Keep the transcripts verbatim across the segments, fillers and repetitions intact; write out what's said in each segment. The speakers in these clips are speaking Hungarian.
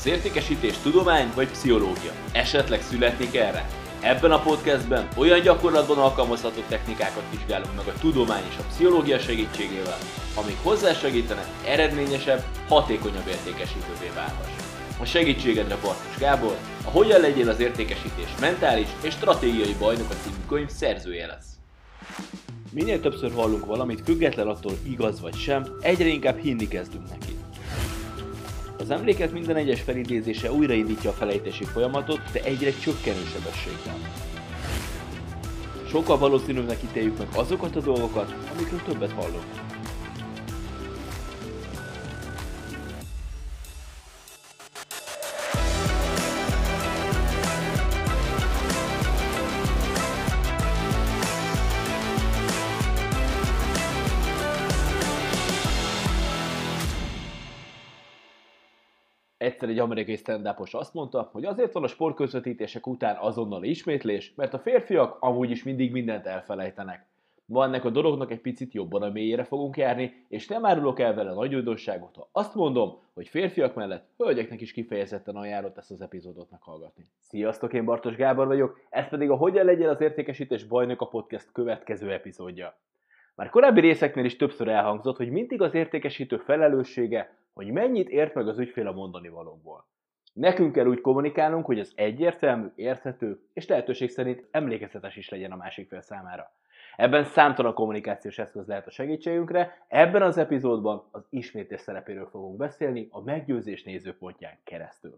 Az értékesítés tudomány vagy pszichológia? Esetleg születnék erre? Ebben a podcastben olyan gyakorlatban alkalmazható technikákat vizsgálunk meg a tudomány és a pszichológia segítségével, amik hozzásegítenek eredményesebb, hatékonyabb értékesítővé válhass. A segítségedre Bartos Gábor, a Hogyan legyél az értékesítés mentális és stratégiai bajnoka című könyv szerzője lesz. Minél többször hallunk valamit, független attól igaz vagy sem, egyre inkább hinni kezdünk neki. Az emléket minden egyes felidézése újraindítja a felejtési folyamatot, de egyre csökkenő sebességgel. Sokkal valószínűbbnek ítéljük meg azokat a dolgokat, amikről többet hallunk. Egyszer egy amerikai stand-upos azt mondta, hogy azért van a sportközvetítések után azonnal ismétlés, mert a férfiak amúgy is mindig mindent elfelejtenek. Ma ennek a dolognak egy picit jobban a mélyére fogunk járni, és nem árulok el vele nagy újdonságot, ha azt mondom, hogy férfiak mellett hölgyeknek is kifejezetten ajánlott ezt az epizódot meghallgatni. Sziasztok, én Bartos Gábor vagyok, ez pedig a Hogyan legyél az értékesítés bajnoka podcast következő epizódja. Már korábbi részeknél is többször elhangzott, hogy mindig az értékesítő felelőssége, hogy mennyit ért meg az ügyfél a mondani valókból. Nekünk kell úgy kommunikálnunk, hogy ez egyértelmű, érthető és lehetőség szerint emlékezetes is legyen a másik fél számára. Ebben számtalan kommunikációs eszköz lehet a segítségünkre, ebben az epizódban az ismétlés szerepéről fogunk beszélni a meggyőzés nézőpontján keresztül.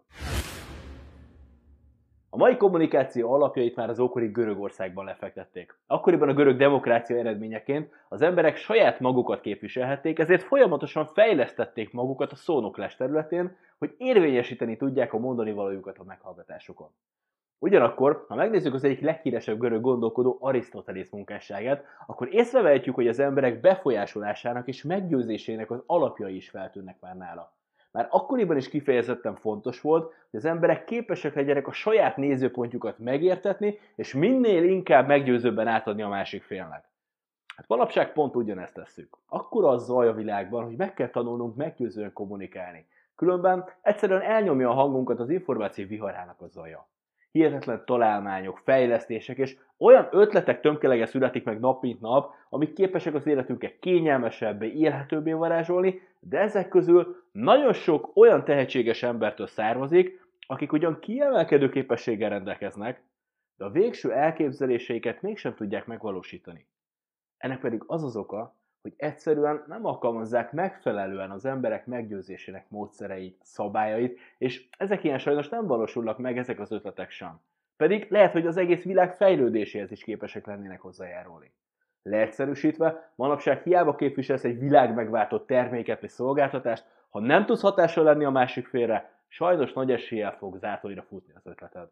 A mai kommunikáció alapjait már az ókori Görögországban lefektették. Akkoriban a görög demokrácia eredményeként az emberek saját magukat képviselhették, ezért folyamatosan fejlesztették magukat a szónoklás területén, hogy érvényesíteni tudják a mondani valójukat a meghallgatásokon. Ugyanakkor, ha megnézzük az egyik leghíresebb görög gondolkodó Arisztotelész munkásságát, akkor észrevehetjük, hogy az emberek befolyásolásának és meggyőzésének az alapjai is feltűnnek már nála. Már akkoriban is kifejezetten fontos volt, hogy az emberek képesek legyenek a saját nézőpontjukat megértetni, és minél inkább meggyőzőbben átadni a másik félnek. Hát manapság pont ugyanezt tesszük. Akkora a zaj a világban, hogy meg kell tanulnunk meggyőzően kommunikálni. Különben egyszerűen elnyomja a hangunkat az információ viharának a zaja. Hihetetlen találmányok, fejlesztések és olyan ötletek tömkelege születik meg nap mint nap, amik képesek az életünket kényelmesebbé, élhetőbbé varázsolni, de ezek közül nagyon sok olyan tehetséges embertől származik, akik ugyan kiemelkedő képességgel rendelkeznek, de a végső elképzeléseiket mégsem tudják megvalósítani. Ennek pedig az az oka, hogy egyszerűen nem alkalmazzák megfelelően az emberek meggyőzésének módszereit, szabályait, és ezek ilyen sajnos nem valósulnak meg, ezek az ötletek sem. Pedig lehet, hogy az egész világ fejlődéséhez is képesek lennének hozzájárulni. Leegyszerűsítve, manapság hiába képviselsz egy világ megváltott terméket vagy szolgáltatást, ha nem tudsz hatással lenni a másik félre, sajnos nagy eséllyel fog zátonyra futni az ötleted.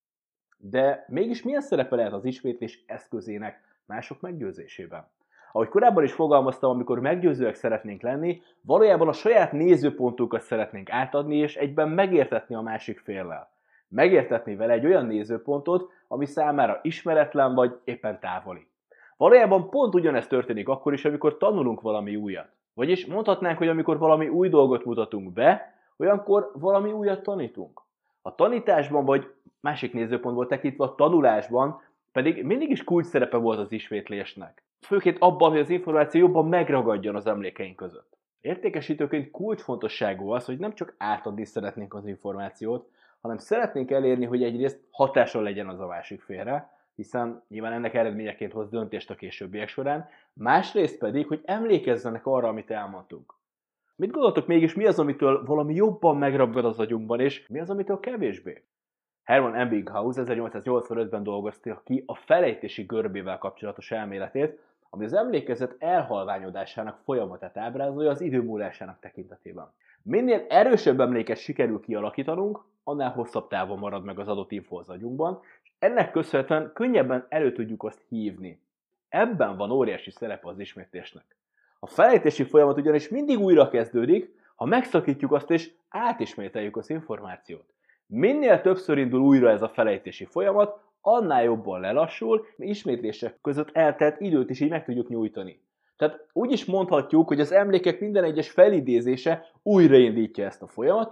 De mégis milyen szerepe lehet az ismétlés eszközének mások meggyőzésében? Ahogy korábban is fogalmaztam, amikor meggyőzőek szeretnénk lenni, valójában a saját nézőpontunkat szeretnénk átadni, és egyben megértetni a másik féllel. Megértetni vele egy olyan nézőpontot, ami számára ismeretlen vagy éppen távoli. Valójában pont ugyanezt történik akkor is, amikor tanulunk valami újat. Vagyis mondhatnánk, hogy amikor valami új dolgot mutatunk be, olyankor valami újat tanítunk. A tanításban vagy másik nézőpontból tekintve a tanulásban pedig mindig is kulcs szerepe volt az ismétlésnek. Főként abban, hogy az információ jobban megragadjon az emlékeink között. Értékesítőként kulcsfontosságú az, hogy nem csak átadni szeretnénk az információt, hanem szeretnénk elérni, hogy egyrészt hatással legyen az a másik félre, hiszen nyilván ennek eredményeként hoz döntést a későbbiek során, másrészt pedig, hogy emlékezzenek arra, amit elmondtunk. Mit gondoltok mégis, mi az, amitől valami jobban megragad az agyunkban, és mi az, amitől kevésbé? Herman Ebbinghaus ezernyolcszáznyolcvanötben dolgozta ki a felejtési görbével kapcsolatos elméletét, ami az emlékezet elhalványodásának folyamatát ábrázolja az idő múlásának tekintetében. Minél erősebb emléket sikerül kialakítanunk, annál hosszabb távon marad meg az adott info az agyunkban, és ennek köszönhetően könnyebben elő tudjuk azt hívni. Ebben van óriási szerepe az ismétlésnek. A felejtési folyamat ugyanis mindig újra kezdődik, ha megszakítjuk azt és átismételjük az információt. Minél többször indul újra ez a felejtési folyamat, annál jobban lelassul, ismétlések között eltelt időt is így meg tudjuk nyújtani. Tehát úgy is mondhatjuk, hogy az emlékek minden egyes felidézése újraindítja ezt a folyamatot,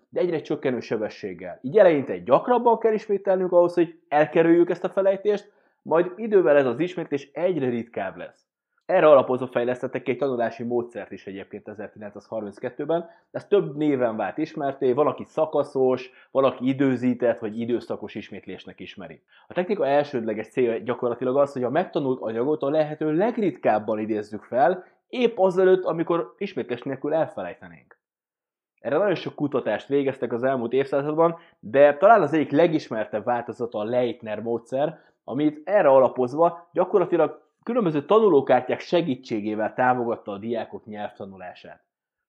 de egyre csökkenő sebességgel. Így eleinte egy gyakrabban kell ismételnünk ahhoz, hogy elkerüljük ezt a felejtést, majd idővel ez az ismétlés egyre ritkább lesz. Erre alapozva fejlesztettek egy tanulási módszert is egyébként ezerkilencszázharminckettőben, ez több néven vált ismerté, valaki szakaszos, valaki időzített vagy időszakos ismétlésnek ismeri. A technika elsődleges célja gyakorlatilag az, hogy a megtanult anyagot a lehető legritkábban idézzük fel, épp azelőtt, amikor ismétlés nélkül elfelejtenénk. Erre nagyon sok kutatást végeztek az elmúlt évszázadban, de talán az egyik legismertebb változata a Leitner módszer, amit erre alapozva gyakorlatilag különböző tanulókártyák segítségével támogatta a diákok nyelvtanulását.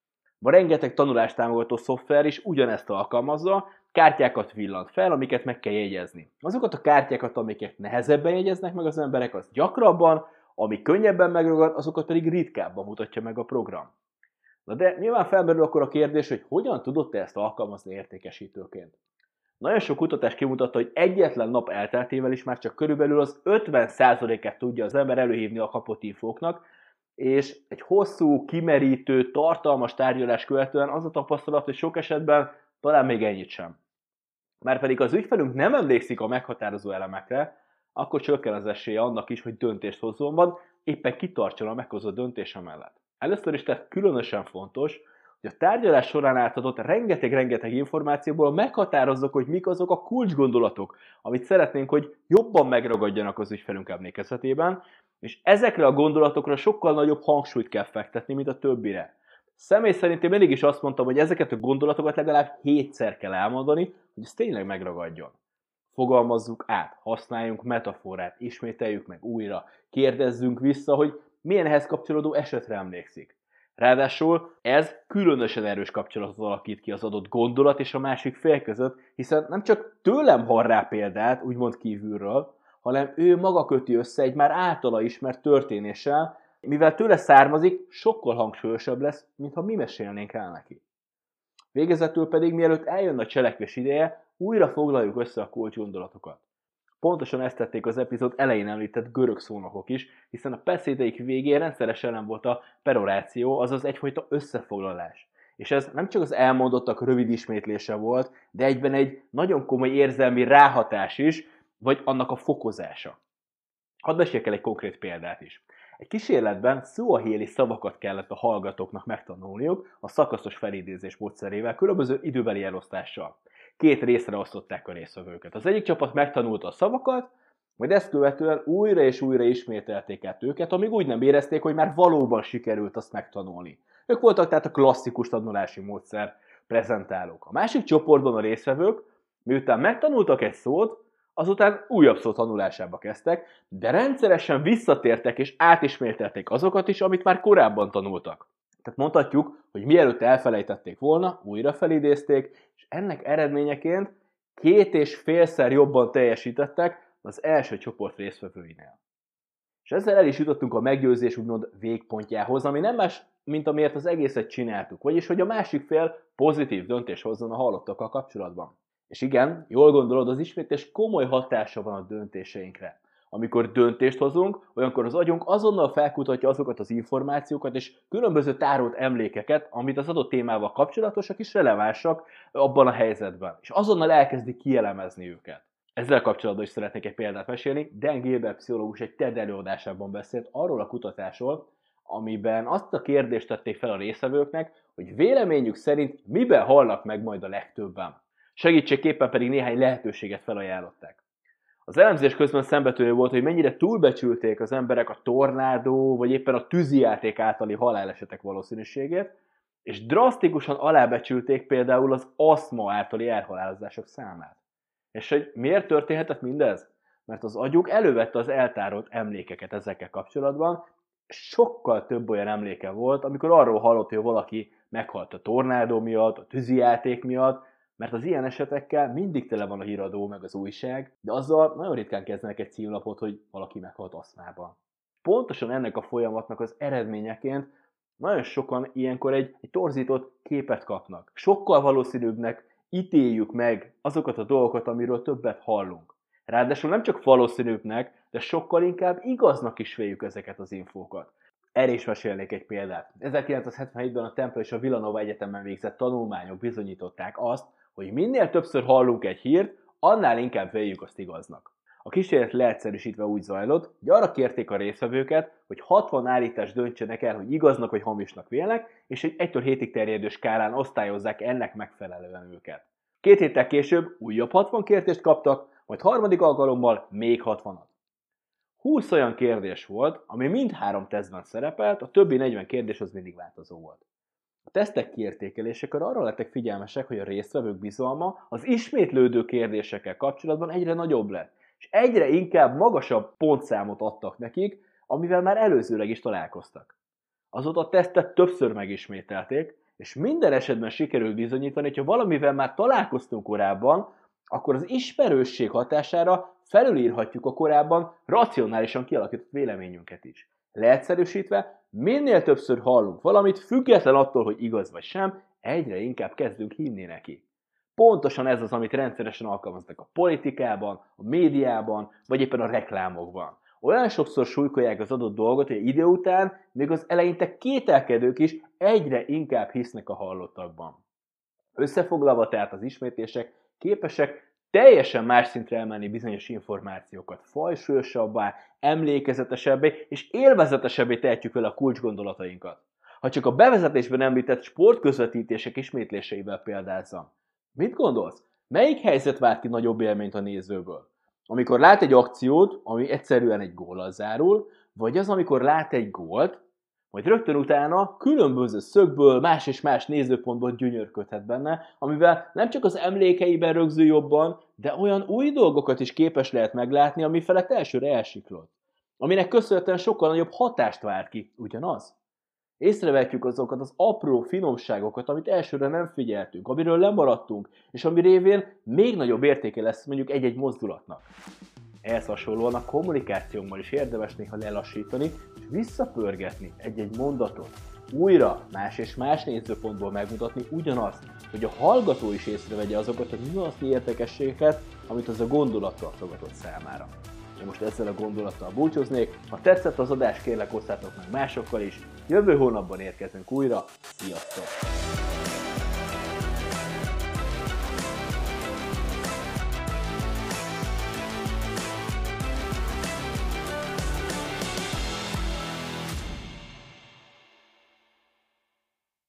Ma rengeteg tanulást támogató szoftver is ugyanezt alkalmazza, kártyákat villant fel, amiket meg kell jegyezni. Azokat a kártyákat, amiket nehezebben jegyeznek meg az emberek, az gyakrabban, ami könnyebben megragad, azokat pedig ritkábban mutatja meg a program. Na de nyilván felmerül akkor a kérdés, hogy hogyan tudod te ezt alkalmazni értékesítőként. Nagyon sok kutatás kimutatta, hogy egyetlen nap elteltével is már csak körülbelül az ötven százalékát tudja az ember előhívni a kapott infóknak, és egy hosszú, kimerítő, tartalmas tárgyalás követően az a tapasztalat, hogy sok esetben talán még ennyit sem. Márpedig az ügyfelünk nem emlékszik a meghatározó elemekre, akkor csökken az esélye annak is, hogy döntést hozzon, vagy éppen kitartson a meghozott döntése mellett. Először is tehát különösen fontos, hogy a tárgyalás során átadott rengeteg-rengeteg információból meghatározzuk, hogy mik azok a kulcsgondolatok, amit szeretnénk, hogy jobban megragadjanak az ügyfelünk emlékezetében, és ezekre a gondolatokra sokkal nagyobb hangsúlyt kell fektetni, mint a többire. Személy szerint én mindig is azt mondtam, hogy ezeket a gondolatokat legalább hétszer kell elmondani, hogy ez tényleg megragadjon. Fogalmazzuk át, használjunk metaforát, ismételjük meg újra, kérdezzünk vissza, hogy milyen ehhez kapcsolódó esetre emlékszik. Ráadásul ez különösen erős kapcsolatot alakít ki az adott gondolat és a másik fél között, hiszen nem csak tőlem hall rá példát, úgymond kívülről, hanem ő maga köti össze egy már általa ismert történéssel, mivel tőle származik, sokkal hangsúlyosabb lesz, mintha mi mesélnénk el neki. Végezetül pedig, mielőtt eljön a cselekvés ideje, újra foglaljuk össze a kulcsgondolatokat. Pontosan ezt tették az epizód elején említett görög szónokok is, hiszen a beszédeik végén rendszeres elem volt a peroráció, azaz egyfajta összefoglalás. És ez nem csak az elmondottak rövid ismétlése volt, de egyben egy nagyon komoly érzelmi ráhatás is, vagy annak a fokozása. Hadd meséljek el egy konkrét példát is. Egy kísérletben szuahéli szavakat kellett a hallgatóknak megtanulniuk a szakaszos felidézés módszerével, különböző időbeli elosztással. Két részre osztották a résztvevőket. Az egyik csapat megtanulta a szavakat, majd ezt követően újra és újra ismételték át őket, amíg úgy nem érezték, hogy már valóban sikerült azt megtanulni. Ők voltak tehát a klasszikus tanulási módszer prezentálók. A másik csoportban a résztvevők, miután megtanultak egy szót, azután újabb szó tanulásába kezdtek, de rendszeresen visszatértek és átismételték azokat is, amit már korábban tanultak. Tehát mondhatjuk, hogy mielőtt elfelejtették volna, újra felidézték, és ennek eredményeként két és félszer jobban teljesítettek az első csoport résztvevőinél. És ezzel el is jutottunk a meggyőzés úgymond végpontjához, ami nem más, mint amiért az egészet csináltuk, vagyis hogy a másik fél pozitív döntést hozzon a hallottakkal kapcsolatban. És igen, jól gondolod, az ismétlés komoly hatása van a döntéseinkre. Amikor döntést hozunk, olyankor az agyunk azonnal felkutatja azokat az információkat és különböző tárolt emlékeket, amit az adott témával kapcsolatosak és relevánsak abban a helyzetben. És azonnal elkezdi kielemezni őket. Ezzel kapcsolatban is szeretnék egy példát mesélni. Dan Gilbert pszichológus egy TED előadásában beszélt arról a kutatásról, amiben azt a kérdést tették fel a résztvevőknek, hogy véleményük szerint miben halnak meg majd a legtöbben. Segítségképpen pedig néhány lehetőséget felajánlották. Az elemzés közben szembetűnő volt, hogy mennyire túlbecsülték az emberek a tornádó, vagy éppen a tűzijáték általi halálesetek valószínűségét, és drasztikusan alábecsülték például az aszma általi elhalálozások számát. És hogy miért történhetett mindez? Mert az agyuk elővette az eltárolt emlékeket ezekkel kapcsolatban, sokkal több olyan emléke volt, amikor arról hallott, hogy valaki meghalt a tornádó miatt, a tűzijáték miatt, mert az ilyen esetekkel mindig tele van a híradó meg az újság, de azzal nagyon ritkán kezdenek egy címlapot, hogy valaki meghalt aszmában. Pontosan ennek a folyamatnak az eredményeként nagyon sokan ilyenkor egy, egy torzított képet kapnak. Sokkal valószínűbbnek ítéljük meg azokat a dolgokat, amiről többet hallunk. Ráadásul nem csak valószínűbbnek, de sokkal inkább igaznak is véljük ezeket az infókat. Erre is mesélnék egy példát. ezerkilencszázhetvenhétben a Temple és a Villanova Egyetemen végzett tanulmányok bizonyították azt, hogy minél többször hallunk egy hírt, annál inkább véljük azt igaznak. A kísérlet leegyszerűsítve úgy zajlott, hogy arra kérték a résztvevőket, hogy hatvan állítást döntsenek el, hogy igaznak vagy hamisnak vélnek, és egy egytől hétig terjedő skálán osztályozzák ennek megfelelően őket. Két héttel később újabb hatvan kérdést kaptak, majd harmadik alkalommal még hatvanat. húsz olyan kérdés volt, ami mindhárom tesztben szerepelt, a többi negyven kérdés az mindig változó volt. A tesztek kiértékelésekor arra lettek figyelmesek, hogy a résztvevők bizalma az ismétlődő kérdésekkel kapcsolatban egyre nagyobb lett, és egyre inkább magasabb pontszámot adtak nekik, amivel már előzőleg is találkoztak. Azóta a tesztet többször megismételték, és minden esetben sikerült bizonyítani, hogy ha valamivel már találkoztunk korábban, akkor az ismerősség hatására felülírhatjuk a korábban racionálisan kialakított véleményünket is. Leegyszerűsítve, minél többször hallunk valamit, független attól, hogy igaz vagy sem, egyre inkább kezdünk hinni neki. Pontosan ez az, amit rendszeresen alkalmaznak a politikában, a médiában, vagy éppen a reklámokban. Olyan sokszor súlykolják az adott dolgot, hogy idő után még az eleinte kételkedők is egyre inkább hisznek a hallottakban. Összefoglalva tehát az ismétlések képesek teljesen más szintre emelni bizonyos információkat, fajsúlyosabbá, emlékezetesebbé és élvezetesebbé tehetjük vele a kulcsgondolatainkat. Ha csak a bevezetésben említett sportközvetítések ismétléseivel példázzam. Mit gondolsz? Melyik helyzet vált ki nagyobb élményt a nézőből? Amikor lát egy akciót, ami egyszerűen egy góllal zárul, vagy az, amikor lát egy gólt, majd rögtön utána különböző szögből, más és más nézőpontból gyönyörködhet benne, amivel nem csak az emlékeiben rögzül jobban, de olyan új dolgokat is képes lehet meglátni, ami felett elsőre elsiklott. Aminek köszönhetően sokkal nagyobb hatást vált ki, ugyanaz? Észrevetjük azokat az apró finomságokat, amit elsőre nem figyeltünk, amiről lemaradtunk, és ami révén még nagyobb értéke lesz mondjuk egy-egy mozdulatnak. Ehhez hasonlóan a kommunikációnkban is érdemes néha lelassítani, és visszapörgetni egy-egy mondatot. Újra más és más nézőpontból megmutatni ugyanazt, hogy a hallgató is észrevegye azokat a nüansznyi érdekességeket, amit az a gondolat tartogatott számára. Én most ezzel a gondolattal búcsúznék, ha tetszett az adás, kérlek osszátok meg másokkal is, jövő hónapban érkezünk újra, sziasztok!